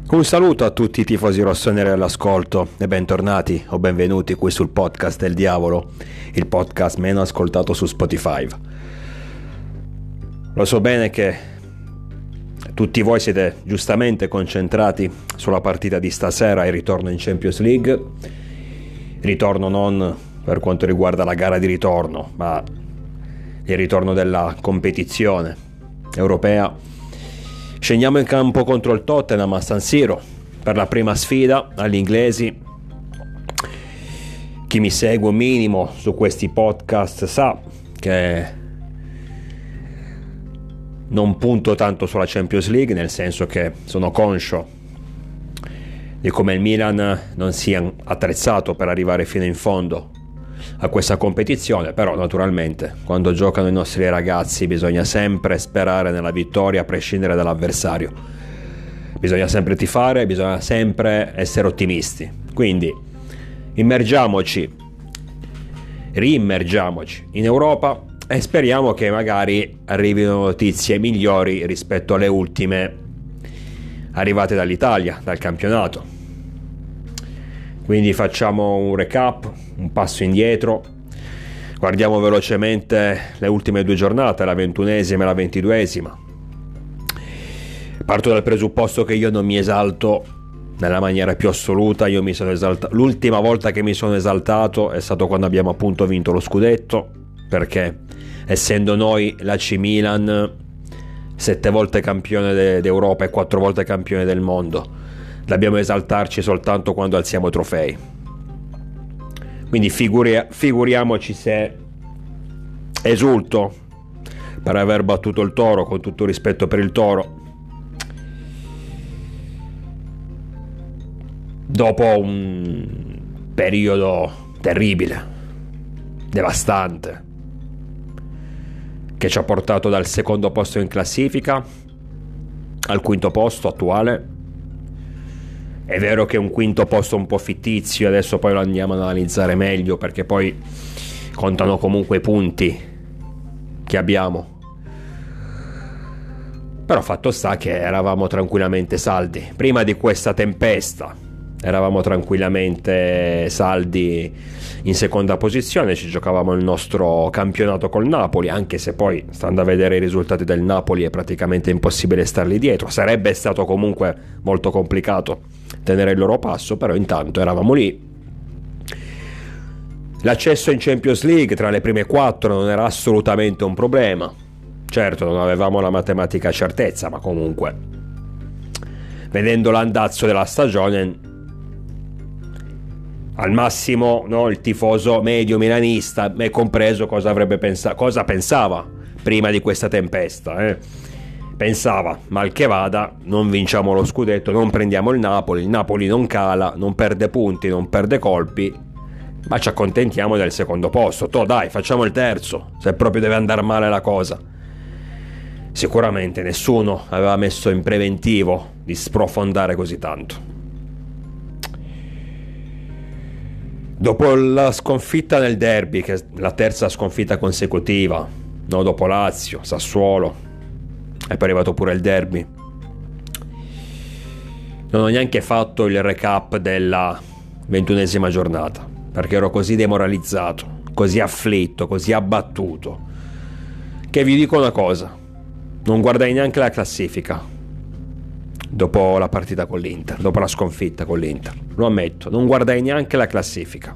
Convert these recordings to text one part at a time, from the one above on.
Un saluto a tutti i tifosi rossoneri all'ascolto e bentornati o benvenuti qui sul podcast del diavolo, il podcast meno ascoltato su Spotify. Lo so bene che tutti voi siete giustamente concentrati sulla partita di stasera, il ritorno in Champions League, ritorno non per quanto riguarda la gara di ritorno, ma il ritorno della competizione europea. Scendiamo in campo contro il Tottenham a San Siro per la prima sfida agli inglesi. Chi mi segue un minimo su questi podcast sa che non punto tanto sulla Champions League, nel senso che sono conscio di come il Milan non sia attrezzato per arrivare fino in fondo a questa competizione, però naturalmente quando giocano i nostri ragazzi bisogna sempre sperare nella vittoria a prescindere dall'avversario, bisogna sempre tifare, bisogna sempre essere ottimisti, quindi riimmergiamoci in Europa e speriamo che magari arrivino notizie migliori rispetto alle ultime arrivate dall'Italia, dal campionato. Quindi facciamo un recap, un passo indietro, guardiamo velocemente le ultime due giornate, la 21esima e la 22esima. Parto dal presupposto che io non mi esalto nella maniera più assoluta. Io mi sono esaltato, l'ultima volta che mi sono esaltato è stato quando abbiamo appunto vinto lo scudetto, perché essendo noi l'AC Milan 7 volte campione d'Europa e 4 volte campione del mondo, dobbiamo esaltarci soltanto quando alziamo i trofei. Quindi figuriamoci se esulto per aver battuto il Toro, con tutto rispetto per il Toro, dopo un periodo terribile, devastante, che ci ha portato dal secondo posto in classifica al quinto posto attuale. È vero che è un quinto posto un po' fittizio, adesso poi lo andiamo ad analizzare meglio, perché poi contano comunque i punti che abbiamo. Però fatto sta che eravamo tranquillamente saldi. Prima di questa tempesta eravamo tranquillamente saldi in seconda posizione, ci giocavamo il nostro campionato col Napoli, anche se poi, stando a vedere i risultati del Napoli, è praticamente impossibile starli dietro. Sarebbe stato comunque molto complicato tenere il loro passo, però intanto eravamo lì. L'accesso in Champions League tra le prime 4 non era assolutamente un problema. Certo, non avevamo la matematica certezza, ma comunque, vedendo l'andazzo della stagione, al massimo, no, il tifoso medio milanista, me compreso, cosa pensava prima di questa tempesta, Pensava, mal che vada, non vinciamo lo scudetto, non prendiamo il Napoli non cala, non perde punti, non perde colpi, ma ci accontentiamo del secondo posto. Dai, facciamo il terzo, se proprio deve andare male la cosa. Sicuramente nessuno aveva messo in preventivo di sprofondare così tanto. Dopo la sconfitta nel derby, che è la terza sconfitta consecutiva, no, dopo Lazio, Sassuolo, è poi arrivato pure il derby, non ho neanche fatto il recap della 21esima giornata, perché ero così demoralizzato, così afflitto, così abbattuto, che vi dico una cosa: non guardai neanche la classifica dopo la partita con l'Inter, dopo la sconfitta con l'Inter, lo ammetto, non guardai neanche la classifica,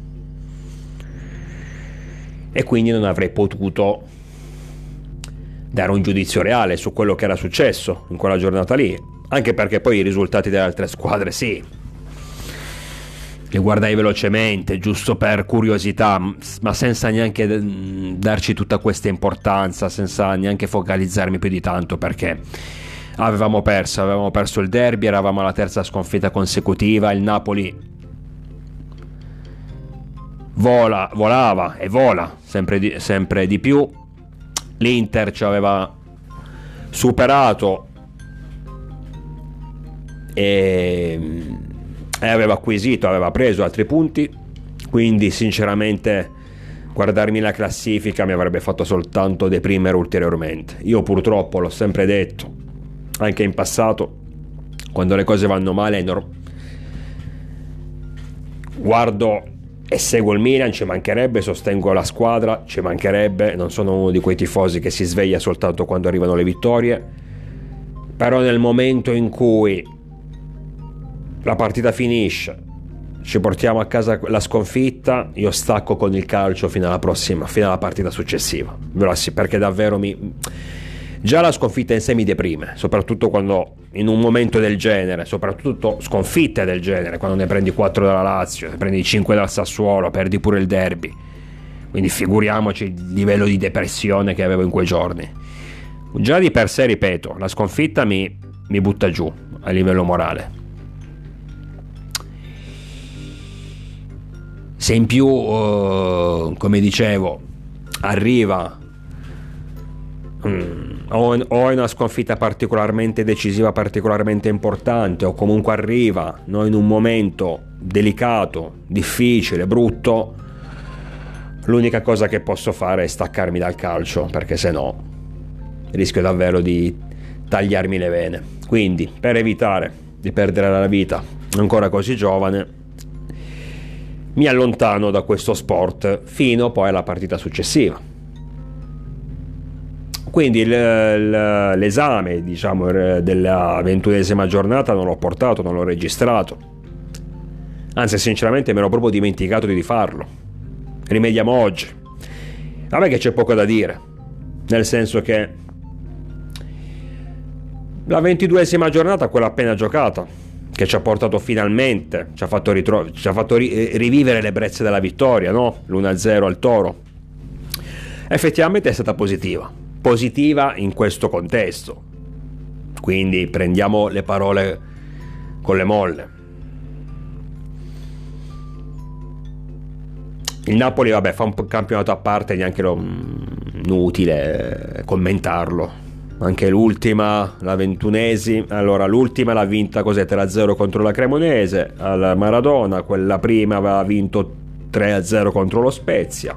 e quindi non avrei potuto dare un giudizio reale su quello che era successo in quella giornata lì, anche perché poi i risultati delle altre squadre sì, li guardai velocemente, giusto per curiosità, ma senza neanche darci tutta questa importanza, senza neanche focalizzarmi più di tanto, perché avevamo perso il derby, eravamo alla terza sconfitta consecutiva, il Napoli volava e vola sempre di più, l'Inter ci aveva superato e aveva preso altri punti, quindi sinceramente guardarmi la classifica mi avrebbe fatto soltanto deprimere ulteriormente. Io purtroppo, l'ho sempre detto anche in passato, quando le cose vanno male guardo e seguo il Milan, ci mancherebbe, sostengo la squadra, ci mancherebbe, non sono uno di quei tifosi che si sveglia soltanto quando arrivano le vittorie, però nel momento in cui la partita finisce, ci portiamo a casa la sconfitta, io stacco con il calcio fino alla partita successiva, perché davvero già la sconfitta in sé mi deprime, soprattutto quando in un momento del genere, soprattutto sconfitte del genere, quando ne prendi 4 dalla Lazio, ne prendi 5 dal Sassuolo, perdi pure il derby, quindi figuriamoci il livello di depressione che avevo in quei giorni. Già di per sé, ripeto, la sconfitta mi butta giù a livello morale. Se in più, come dicevo, arriva o è una sconfitta particolarmente decisiva, particolarmente importante, o comunque arriva in un momento delicato, difficile, brutto, l'unica cosa che posso fare è staccarmi dal calcio, perché se no rischio davvero di tagliarmi le vene. Quindi, per evitare di perdere la vita ancora così giovane, mi allontano da questo sport fino poi alla partita successiva. Quindi l'esame, diciamo, della 21esima giornata non l'ho portato, non l'ho registrato, anzi sinceramente mi ero proprio dimenticato di farlo. Rimediamo oggi. Vabbè che c'è poco da dire, nel senso che la 22esima giornata, quella appena giocata, che ci ha portato finalmente, ci ha fatto rivivere l'ebbrezza della vittoria, no? L'1-0 al Toro, effettivamente è stata positiva in questo contesto, quindi prendiamo le parole con le molle. Il Napoli, vabbè, fa un campionato a parte, neanche inutile commentarlo. Anche l'ultima, la 21esima, allora l'ultima l'ha vinta 3-0 contro la Cremonese al Maradona, quella prima aveva vinto 3-0 contro lo Spezia.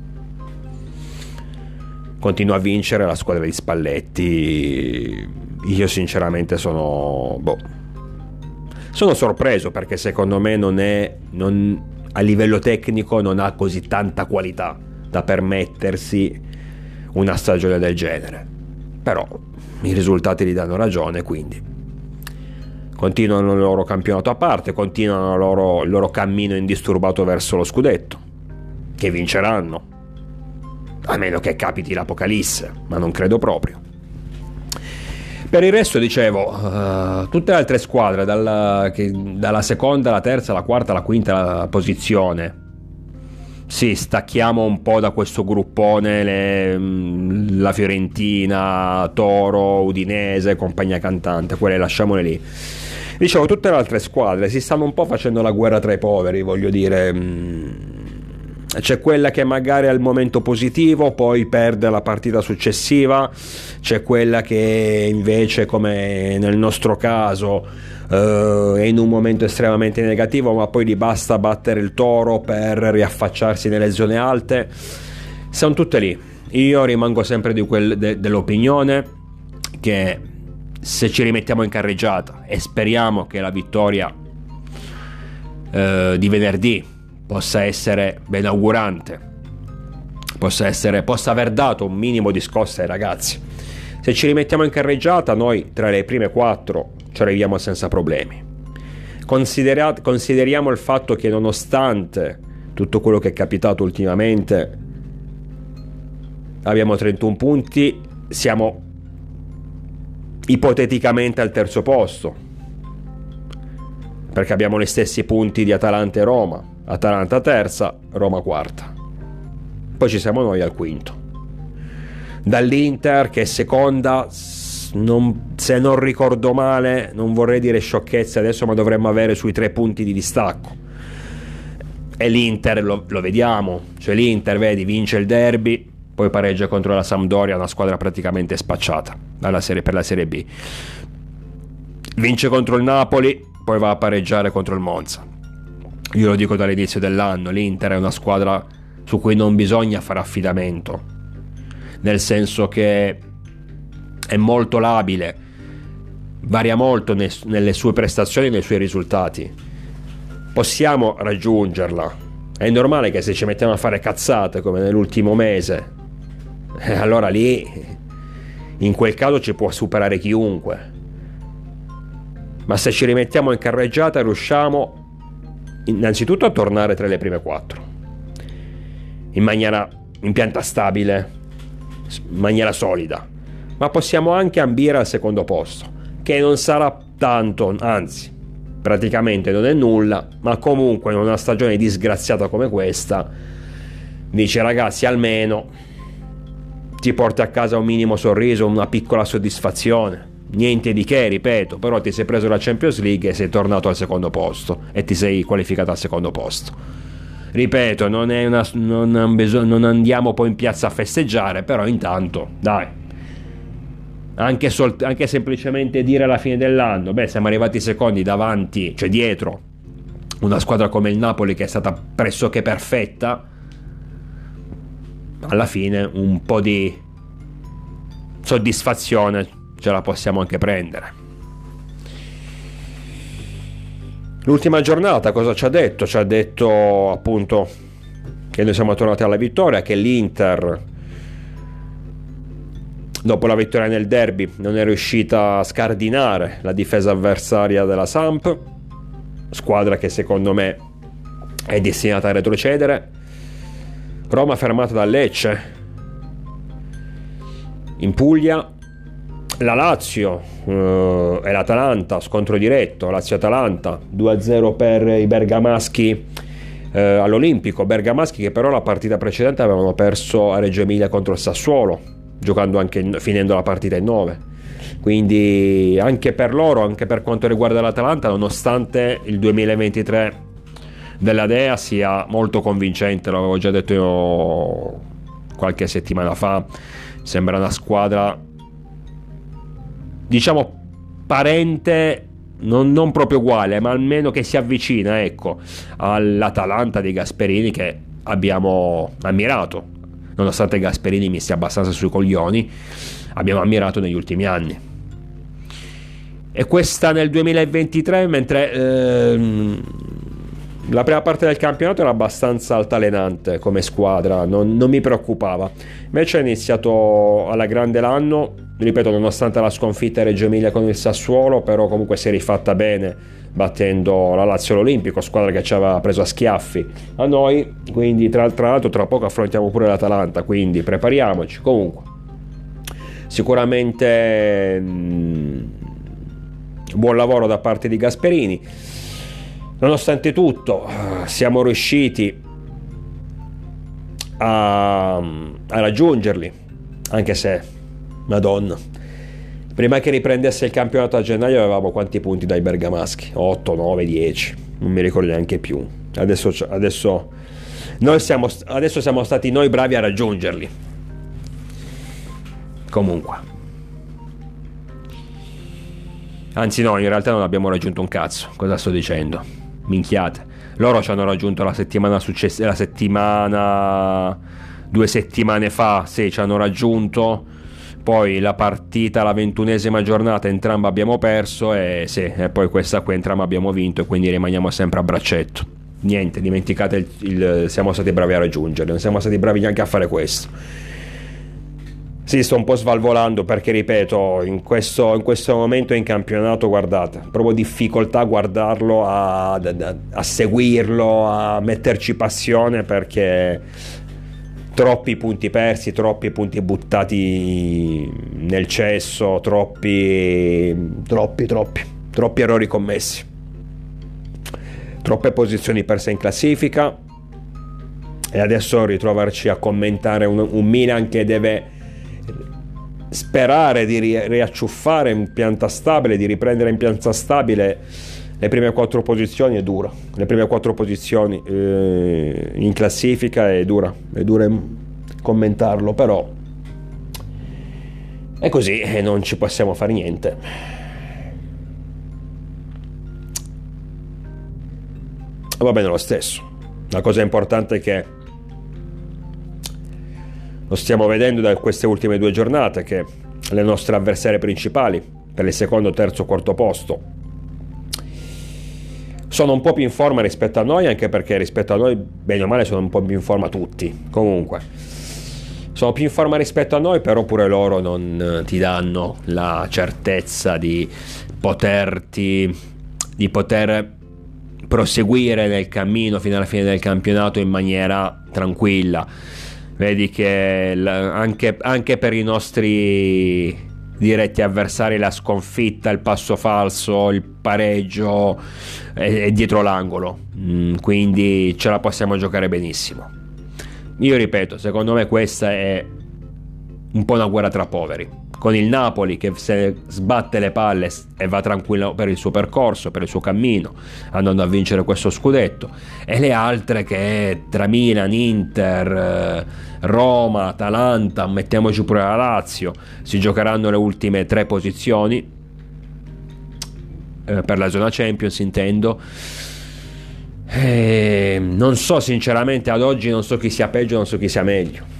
Continua a vincere la squadra di Spalletti. Io sinceramente sono sorpreso, perché secondo me a livello tecnico non ha così tanta qualità da permettersi una stagione del genere. Però i risultati gli danno ragione, quindi continuano il loro campionato a parte, continuano il loro cammino indisturbato verso lo scudetto, che vinceranno, a meno che capiti l'apocalisse, ma non credo proprio. Per il resto, dicevo, tutte le altre squadre, dalla seconda alla terza, alla quarta, alla quinta posizione, sì, stacchiamo un po' da questo gruppone la Fiorentina, Toro, Udinese, compagnia cantante, quelle lasciamole lì. Dicevo, tutte le altre squadre si stanno un po' facendo la guerra tra i poveri, voglio dire. C'è quella che magari ha il momento positivo, poi perde la partita successiva, c'è quella che invece, come nel nostro caso, è in un momento estremamente negativo, ma poi gli basta battere il Toro per riaffacciarsi nelle zone alte. Sono tutte lì. Io rimango sempre dell'opinione che se ci rimettiamo in carreggiata, e speriamo che la vittoria di venerdì possa essere benaugurante, possa aver dato un minimo di scossa ai ragazzi, se ci rimettiamo in carreggiata, noi tra le prime 4 ci arriviamo senza problemi. Consideriamo il fatto che, nonostante tutto quello che è capitato ultimamente, abbiamo 31 punti, siamo ipoteticamente al terzo posto, perché abbiamo gli stessi punti di Atalanta e Roma. Atalanta terza, Roma quarta, poi ci siamo noi al quinto. Dall'Inter, che è seconda, se non ricordo male, non vorrei dire sciocchezze adesso, ma dovremmo avere sui 3 punti di distacco. E l'Inter lo vediamo, cioè l'Inter, vedi, vince il derby, poi pareggia contro la Sampdoria, una squadra praticamente spacciata per la Serie B, vince contro il Napoli, poi va a pareggiare contro il Monza. Io lo dico dall'inizio dell'anno, l'Inter è una squadra su cui non bisogna fare affidamento, nel senso che è molto labile, varia molto nelle sue prestazioni e nei suoi risultati. Possiamo raggiungerla. È normale che se ci mettiamo a fare cazzate come nell'ultimo mese, allora lì in quel caso ci può superare chiunque. Ma se ci rimettiamo in carreggiata riusciamo innanzitutto a tornare tra le prime 4 in pianta stabile, in maniera solida, ma possiamo anche ambire al secondo posto, che non sarà tanto, anzi praticamente non è nulla, ma comunque in una stagione disgraziata come questa dice ragazzi, almeno ti porti a casa un minimo sorriso, una piccola soddisfazione. Niente di che, ripeto, però ti sei preso la Champions League e sei tornato al secondo posto e ti sei qualificato al secondo posto. Ripeto, non andiamo poi in piazza a festeggiare, però intanto, dai, anche semplicemente dire alla fine dell'anno, siamo arrivati secondi davanti, cioè dietro una squadra come il Napoli che è stata pressoché perfetta, alla fine un po' di soddisfazione ce la possiamo anche prendere. L'ultima giornata cosa ci ha detto? Ci ha detto appunto che noi siamo tornati alla vittoria, che l'Inter dopo la vittoria nel derby non è riuscita a scardinare la difesa avversaria della Samp, squadra che secondo me è destinata a retrocedere. Roma fermata dal Lecce in Puglia. La Lazio e l'Atalanta, scontro diretto, Lazio-Atalanta 2-0 per i bergamaschi all'Olimpico. Bergamaschi che però la partita precedente avevano perso a Reggio Emilia contro il Sassuolo, finendo la partita in 9. Quindi anche per loro, anche per quanto riguarda l'Atalanta, nonostante il 2023 della Dea sia molto convincente, l'avevo già detto io qualche settimana fa, sembra una squadra diciamo parente, non proprio uguale, ma almeno che si avvicina, ecco, all'Atalanta di Gasperini che abbiamo ammirato, nonostante Gasperini mi stia abbastanza sui coglioni, abbiamo ammirato negli ultimi anni. E questa nel 2023, mentre la prima parte del campionato era abbastanza altalenante come squadra, non mi preoccupava. Invece è iniziato alla grande l'anno, ripeto, nonostante la sconfitta a Reggio Emilia con il Sassuolo, però comunque si è rifatta bene battendo la Lazio all'Olimpico, squadra che ci aveva preso a schiaffi a noi, quindi tra l'altro tra poco affrontiamo pure l'Atalanta, quindi prepariamoci. Comunque sicuramente buon lavoro da parte di Gasperini. Nonostante tutto siamo riusciti a raggiungerli, anche se, madonna, prima che riprendesse il campionato a gennaio avevamo quanti punti dai bergamaschi? 8, 9, 10, non mi ricordo neanche più. Adesso siamo stati noi bravi a raggiungerli. Comunque, anzi no, in realtà non abbiamo raggiunto un cazzo. Cosa sto dicendo? Minchiate. Loro ci hanno raggiunto la settimana successiva, 2 settimane fa, sì, ci hanno raggiunto. Poi la partita, la 21esima giornata, entrambi abbiamo perso e poi questa qui entrambi abbiamo vinto e quindi rimaniamo sempre a braccetto. Niente, dimenticate siamo stati bravi a raggiungerli, non siamo stati bravi neanche a fare questo. Sì, sto un po' svalvolando perché, ripeto, in questo momento in campionato, guardate, proprio difficoltà a guardarlo, a seguirlo, a metterci passione, perché troppi punti persi, troppi punti buttati nel cesso, troppi errori commessi, troppe posizioni perse in classifica, e adesso ritrovarci a commentare un Milan che deve sperare di riacciuffare in pianta stabile, di riprendere in pianta stabile le prime 4 posizioni. È dura, le prime 4 posizioni in classifica è dura commentarlo, però è così e non ci possiamo fare niente. Va bene lo stesso, la cosa importante è che lo stiamo vedendo da queste ultime 2 giornate, che le nostre avversarie principali per il secondo, terzo, quarto posto. Sono un po' più in forma rispetto a noi, anche perché rispetto a noi, bene o male, sono un po' più in forma tutti. Comunque, sono più in forma rispetto a noi, però pure loro non ti danno la certezza di poter proseguire nel cammino fino alla fine del campionato in maniera tranquilla. Vedi che anche per i nostri diretti avversari la sconfitta, il passo falso, il pareggio è dietro l'angolo, quindi ce la possiamo giocare benissimo. Io ripeto, secondo me questa è un po' una guerra tra poveri, con il Napoli che se sbatte le palle e va tranquillo per il suo percorso, per il suo cammino, andando a vincere questo scudetto, e le altre che tra Milan, Inter, Roma, Atalanta, mettiamoci pure la Lazio, si giocheranno le ultime 3 posizioni per la zona Champions, intendo. Non so sinceramente ad oggi, non so chi sia peggio, non so chi sia meglio.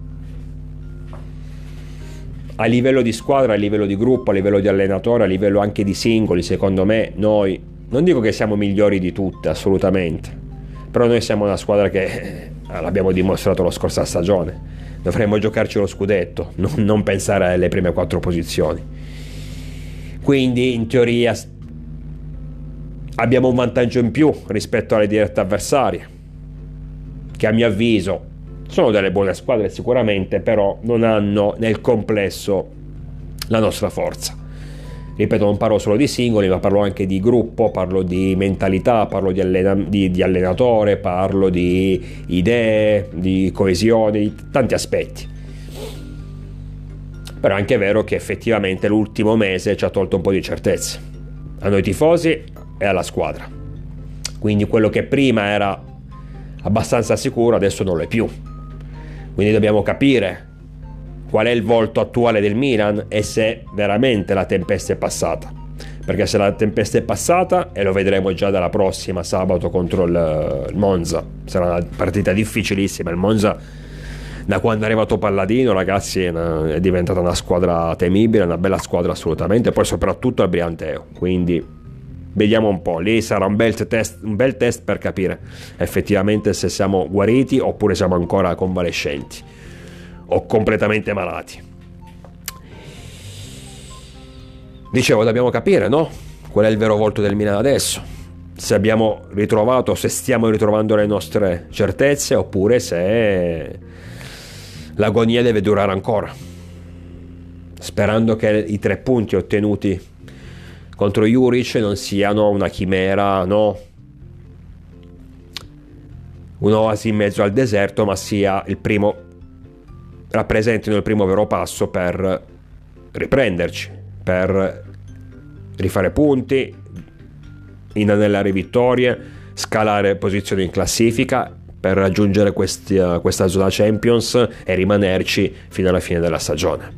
A livello di squadra, a livello di gruppo, a livello di allenatore, a livello anche di singoli, secondo me noi, non dico che siamo migliori di tutte, assolutamente, però noi siamo una squadra che l'abbiamo dimostrato la scorsa stagione. Dovremmo giocarci lo scudetto, non pensare alle prime 4 posizioni. Quindi in teoria abbiamo un vantaggio in più rispetto alle dirette avversarie, che a mio avviso sono delle buone squadre sicuramente, però non hanno nel complesso la nostra forza. Ripeto, non parlo solo di singoli, ma parlo anche di gruppo, parlo di mentalità, parlo di allenatore, parlo di idee, di coesione, di tanti aspetti. Però è anche vero che effettivamente l'ultimo mese ci ha tolto un po' di certezze a noi tifosi e alla squadra. Quindi quello che prima era abbastanza sicuro adesso non lo è più. Quindi dobbiamo capire qual è il volto attuale del Milan e se veramente la tempesta è passata. Perché se la tempesta è passata, e lo vedremo già dalla prossima sabato contro il Monza, sarà una partita difficilissima. Il Monza, da quando è arrivato Palladino, ragazzi, è diventata una squadra temibile, una bella squadra assolutamente, poi soprattutto al Brianteo. Quindi vediamo un po', lì sarà un bel test per capire effettivamente se siamo guariti oppure siamo ancora convalescenti o completamente malati. Dicevo, dobbiamo capire, no? Qual è il vero volto del Milan adesso, se abbiamo ritrovato, se stiamo ritrovando le nostre certezze oppure se l'agonia deve durare ancora, sperando che i 3 punti ottenuti contro Juric non siano una chimera, no? Un'oasi in mezzo al deserto, ma sia rappresentino il primo vero passo per riprenderci, per rifare punti, inanellare vittorie, scalare posizioni in classifica per raggiungere questa zona Champions e rimanerci fino alla fine della stagione.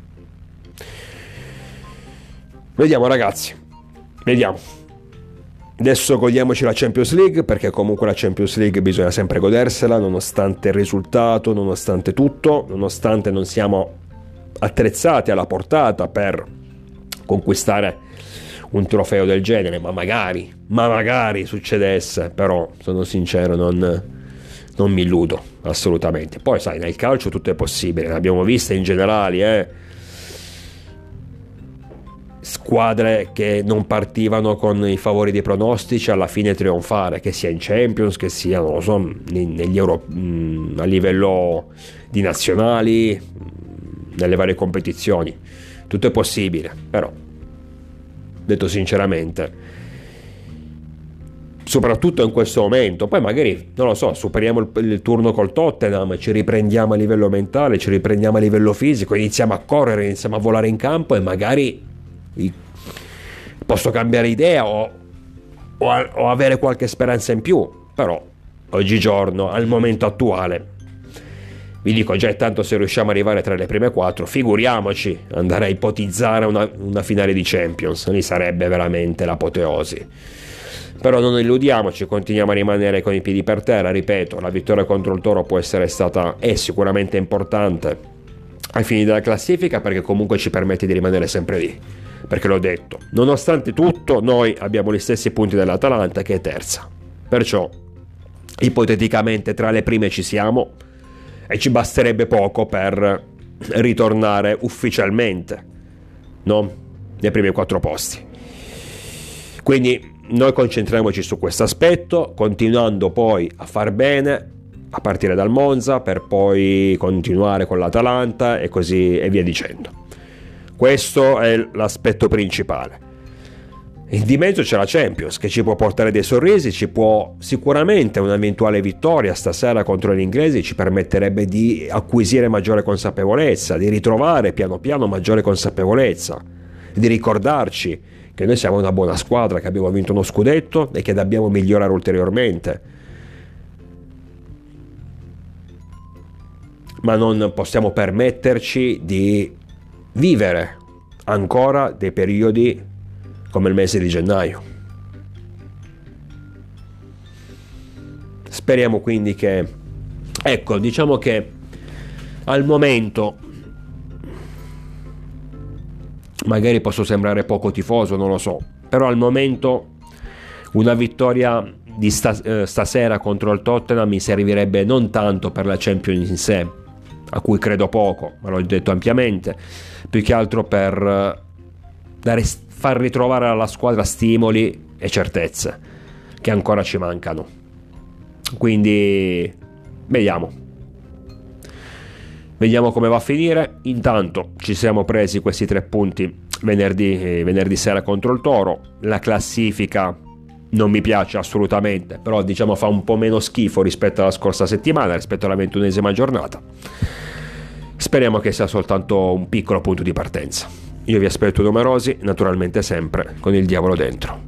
Vediamo ragazzi, vediamo. Adesso godiamoci la Champions League, perché comunque la Champions League bisogna sempre godersela, nonostante il risultato, nonostante tutto, nonostante non siamo attrezzati alla portata per conquistare un trofeo del genere, ma magari succedesse, però sono sincero, non mi illudo assolutamente. Poi sai, nel calcio tutto è possibile, ne abbiamo viste in generale, squadre che non partivano con i favori dei pronostici alla fine trionfare, che sia in Champions, che sia, non lo so, a livello di nazionali, nelle varie competizioni. Tutto è possibile, però detto sinceramente, soprattutto in questo momento, poi magari, non lo so, superiamo il turno col Tottenham, ci riprendiamo a livello mentale, ci riprendiamo a livello fisico, iniziamo a correre, iniziamo a volare in campo e magari posso cambiare idea o avere qualche speranza in più. Però oggigiorno, al momento attuale, vi dico già, intanto se riusciamo ad arrivare tra le prime 4, figuriamoci andare a ipotizzare una finale di Champions, lì sarebbe veramente l'apoteosi. Però non illudiamoci, continuiamo a rimanere con i piedi per terra. Ripeto, la vittoria contro il Toro è sicuramente importante, ai fini della classifica, perché comunque ci permette di rimanere sempre lì, perché l'ho detto, nonostante tutto noi abbiamo gli stessi punti dell'Atalanta, che è terza, perciò ipoteticamente tra le prime ci siamo e ci basterebbe poco per ritornare ufficialmente, no? Nei primi 4 posti. Quindi noi concentriamoci su questo aspetto, continuando poi a far bene a partire dal Monza, per poi continuare con l'Atalanta e così e via dicendo. Questo è l'aspetto principale. Di mezzo c'è la Champions, che ci può portare dei sorrisi, ci può sicuramente un'eventuale vittoria stasera contro gli inglesi ci permetterebbe di acquisire maggiore consapevolezza, di ritrovare piano piano maggiore consapevolezza, di ricordarci che noi siamo una buona squadra, che abbiamo vinto uno scudetto e che dobbiamo migliorare ulteriormente. Ma non possiamo permetterci di vivere ancora dei periodi come il mese di gennaio. Speriamo quindi che, ecco, diciamo che al momento, magari posso sembrare poco tifoso, non lo so, però al momento una vittoria di stasera contro il Tottenham mi servirebbe non tanto per la Champions in sé, a cui credo poco, ma l'ho detto ampiamente, più che altro per far ritrovare alla squadra stimoli e certezze che ancora ci mancano. Quindi vediamo come va a finire. Intanto ci siamo presi questi 3 punti venerdì sera contro il Toro. La classifica non mi piace assolutamente, però diciamo fa un po' meno schifo rispetto alla scorsa settimana, rispetto alla 21esima giornata. Speriamo che sia soltanto un piccolo punto di partenza. Io vi aspetto numerosi, naturalmente sempre con il diavolo dentro.